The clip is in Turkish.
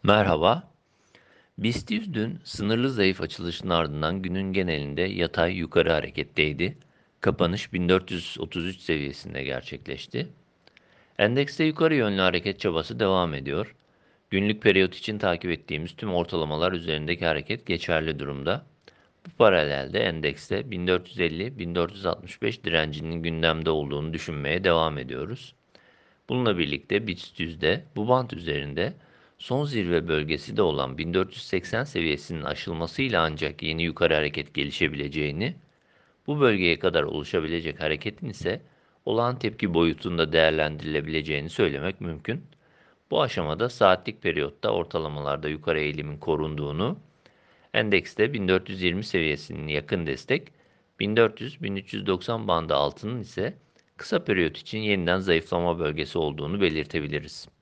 Merhaba. BIST 100 dün sınırlı zayıf açılışın ardından günün genelinde yatay yukarı hareketteydi. Kapanış 1433 seviyesinde gerçekleşti. Endekste yukarı yönlü hareket çabası devam ediyor. Günlük periyot için takip ettiğimiz tüm ortalamalar üzerindeki hareket geçerli durumda. Bu paralelde endekste 1450-1465 direncinin gündemde olduğunu düşünmeye devam ediyoruz. Bununla birlikte BIST 100'de bu bant üzerinde son zirve bölgesi de olan 1480 seviyesinin aşılmasıyla ancak yeni yukarı hareket gelişebileceğini, bu bölgeye kadar oluşabilecek hareketin ise olağan tepki boyutunda değerlendirilebileceğini söylemek mümkün. Bu aşamada saatlik periyotta ortalamalarda yukarı eğilimin korunduğunu, endekste 1420 seviyesinin yakın destek, 1400-1390 bandı altının ise kısa periyot için yeniden zayıflama bölgesi olduğunu belirtebiliriz.